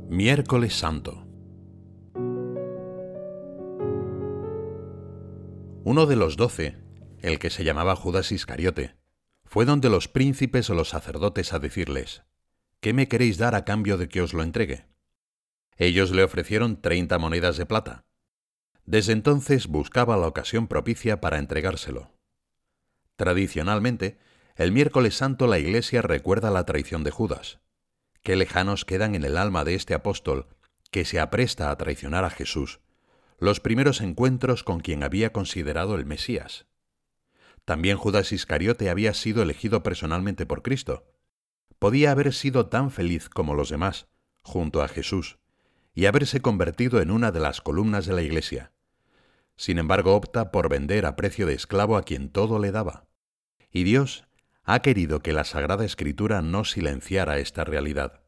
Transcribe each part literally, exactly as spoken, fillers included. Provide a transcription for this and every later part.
Miércoles Santo. Uno de los doce, el que se llamaba Judas Iscariote, fue donde los príncipes o los sacerdotes a decirles: ¿qué me queréis dar a cambio de que os lo entregue? Ellos le ofrecieron treinta monedas de plata. Desde entonces buscaba la ocasión propicia para entregárselo. Tradicionalmente, el miércoles santo la Iglesia recuerda la traición de Judas. Qué lejanos quedan en el alma de este apóstol que se apresta a traicionar a Jesús los primeros encuentros con quien había considerado el Mesías. También Judas Iscariote había sido elegido personalmente por Cristo. Podía haber sido tan feliz como los demás, junto a Jesús, y haberse convertido en una de las columnas de la Iglesia. Sin embargo, opta por vender a precio de esclavo a quien todo le daba. Y Dios ha querido que la Sagrada Escritura no silenciara esta realidad.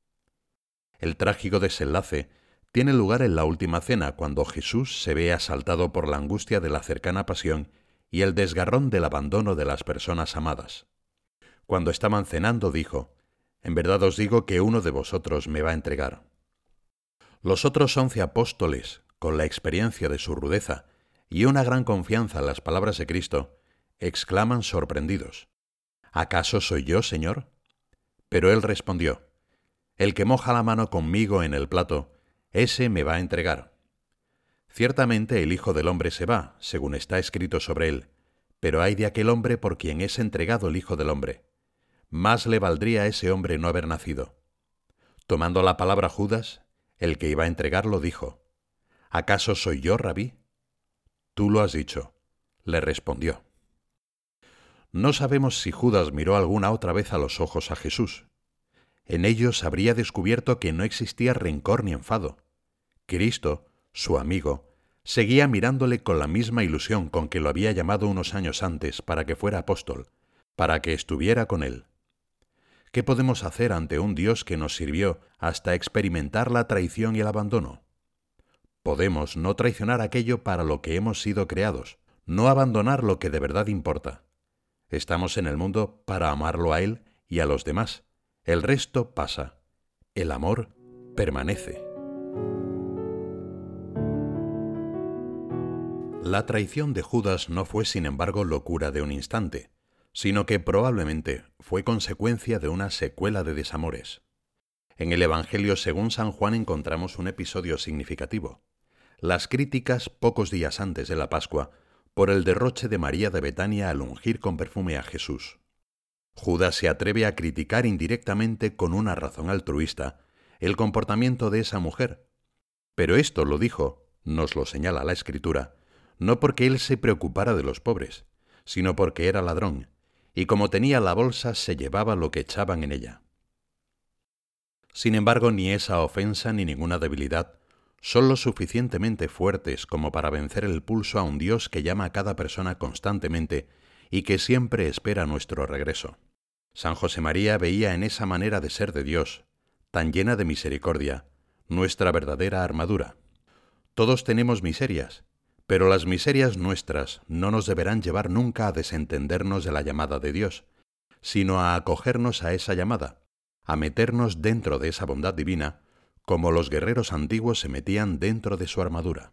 El trágico desenlace tiene lugar en la última cena, cuando Jesús se ve asaltado por la angustia de la cercana pasión y el desgarrón del abandono de las personas amadas. Cuando estaban cenando, dijo: «En verdad os digo que uno de vosotros me va a entregar». Los otros once apóstoles, con la experiencia de su rudeza y una gran confianza en las palabras de Cristo, exclaman sorprendidos: «¿Acaso soy yo, Señor?». Pero él respondió: «El que moja la mano conmigo en el plato, ese me va a entregar. Ciertamente el Hijo del Hombre se va, según está escrito sobre él, pero ay de aquel hombre por quien es entregado el Hijo del Hombre. Más le valdría a ese hombre no haber nacido». Tomando la palabra Judas, el que iba a entregarlo, dijo: «¿Acaso soy yo, Rabí?». «Tú lo has dicho», le respondió. No sabemos si Judas miró alguna otra vez a los ojos a Jesús. En ellos habría descubierto que no existía rencor ni enfado. Cristo, su amigo, seguía mirándole con la misma ilusión con que lo había llamado unos años antes para que fuera apóstol, para que estuviera con él. ¿Qué podemos hacer ante un Dios que nos sirvió hasta experimentar la traición y el abandono? Podemos no traicionar aquello para lo que hemos sido creados, no abandonar lo que de verdad importa. Estamos en el mundo para amarlo a Él y a los demás. El resto pasa. El amor permanece. La traición de Judas no fue, sin embargo, locura de un instante, sino que probablemente fue consecuencia de una secuela de desamores. En el Evangelio según San Juan encontramos un episodio significativo: las críticas pocos días antes de la Pascua por el derroche de María de Betania al ungir con perfume a Jesús. Judas se atreve a criticar indirectamente, con una razón altruista, el comportamiento de esa mujer. Pero esto lo dijo, nos lo señala la Escritura, no porque él se preocupara de los pobres, sino porque era ladrón, y como tenía la bolsa se llevaba lo que echaban en ella. Sin embargo, ni esa ofensa ni ninguna debilidad son lo suficientemente fuertes como para vencer el pulso a un Dios que llama a cada persona constantemente y que siempre espera nuestro regreso. San José María veía en esa manera de ser de Dios, tan llena de misericordia, nuestra verdadera armadura. Todos tenemos miserias, pero las miserias nuestras no nos deberán llevar nunca a desentendernos de la llamada de Dios, sino a acogernos a esa llamada, a meternos dentro de esa bondad divina, como los guerreros antiguos se metían dentro de su armadura.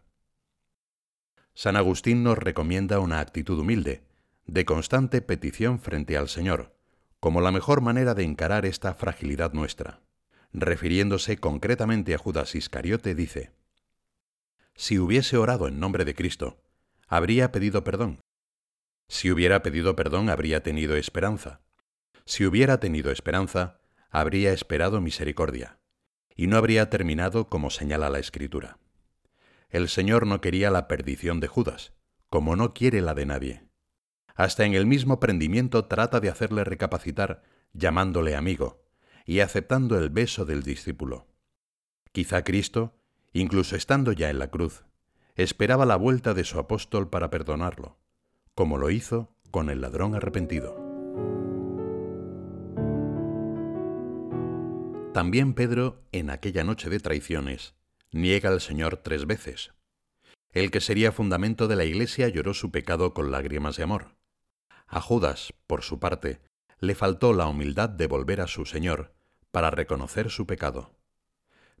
San Agustín nos recomienda una actitud humilde, de constante petición frente al Señor, como la mejor manera de encarar esta fragilidad nuestra. Refiriéndose concretamente a Judas Iscariote, dice: «Si hubiese orado en nombre de Cristo, habría pedido perdón. Si hubiera pedido perdón, habría tenido esperanza. Si hubiera tenido esperanza, habría esperado misericordia, y no habría terminado como señala la Escritura». El Señor no quería la perdición de Judas, como no quiere la de nadie. Hasta en el mismo prendimiento trata de hacerle recapacitar, llamándole amigo y aceptando el beso del discípulo. Quizá Cristo, incluso estando ya en la cruz, esperaba la vuelta de su apóstol para perdonarlo, como lo hizo con el ladrón arrepentido. También Pedro, en aquella noche de traiciones, niega al Señor tres veces. El que sería fundamento de la Iglesia lloró su pecado con lágrimas de amor. A Judas, por su parte, le faltó la humildad de volver a su Señor para reconocer su pecado.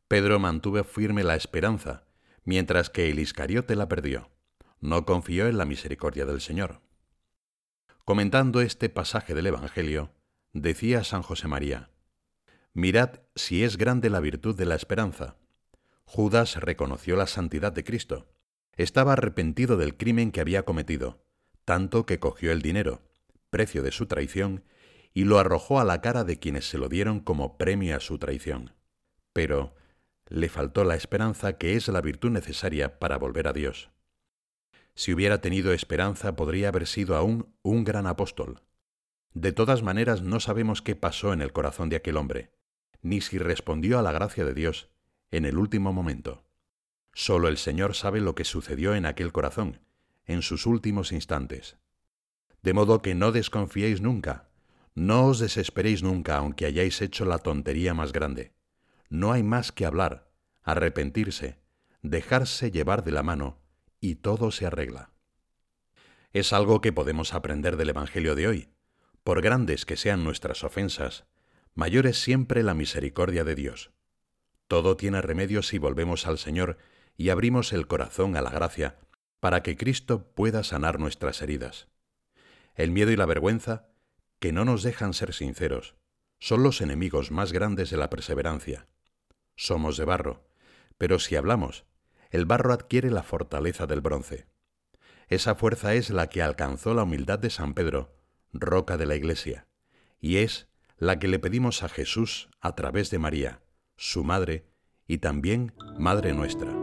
Pedro mantuvo firme la esperanza, mientras que el Iscariote la perdió. No confió en la misericordia del Señor. Comentando este pasaje del Evangelio, decía San José María: «Mirad si es grande la virtud de la esperanza». Judas reconoció la santidad de Cristo. Estaba arrepentido del crimen que había cometido, tanto que cogió el dinero, precio de su traición, y lo arrojó a la cara de quienes se lo dieron como premio a su traición. Pero le faltó la esperanza, que es la virtud necesaria para volver a Dios. Si hubiera tenido esperanza, podría haber sido aún un gran apóstol. De todas maneras, no sabemos qué pasó en el corazón de aquel hombre, ni si respondió a la gracia de Dios en el último momento. Solo el Señor sabe lo que sucedió en aquel corazón, en sus últimos instantes. De modo que no desconfiéis nunca, no os desesperéis nunca, aunque hayáis hecho la tontería más grande. No hay más que hablar, arrepentirse, dejarse llevar de la mano, y todo se arregla. Es algo que podemos aprender del Evangelio de hoy. Por grandes que sean nuestras ofensas, mayor es siempre la misericordia de Dios. Todo tiene remedio si volvemos al Señor y abrimos el corazón a la gracia para que Cristo pueda sanar nuestras heridas. El miedo y la vergüenza, que no nos dejan ser sinceros, son los enemigos más grandes de la perseverancia. Somos de barro, pero si hablamos, el barro adquiere la fortaleza del bronce. Esa fuerza es la que alcanzó la humildad de San Pedro, roca de la Iglesia, y es la que le pedimos a Jesús a través de María, su Madre, y también Madre nuestra.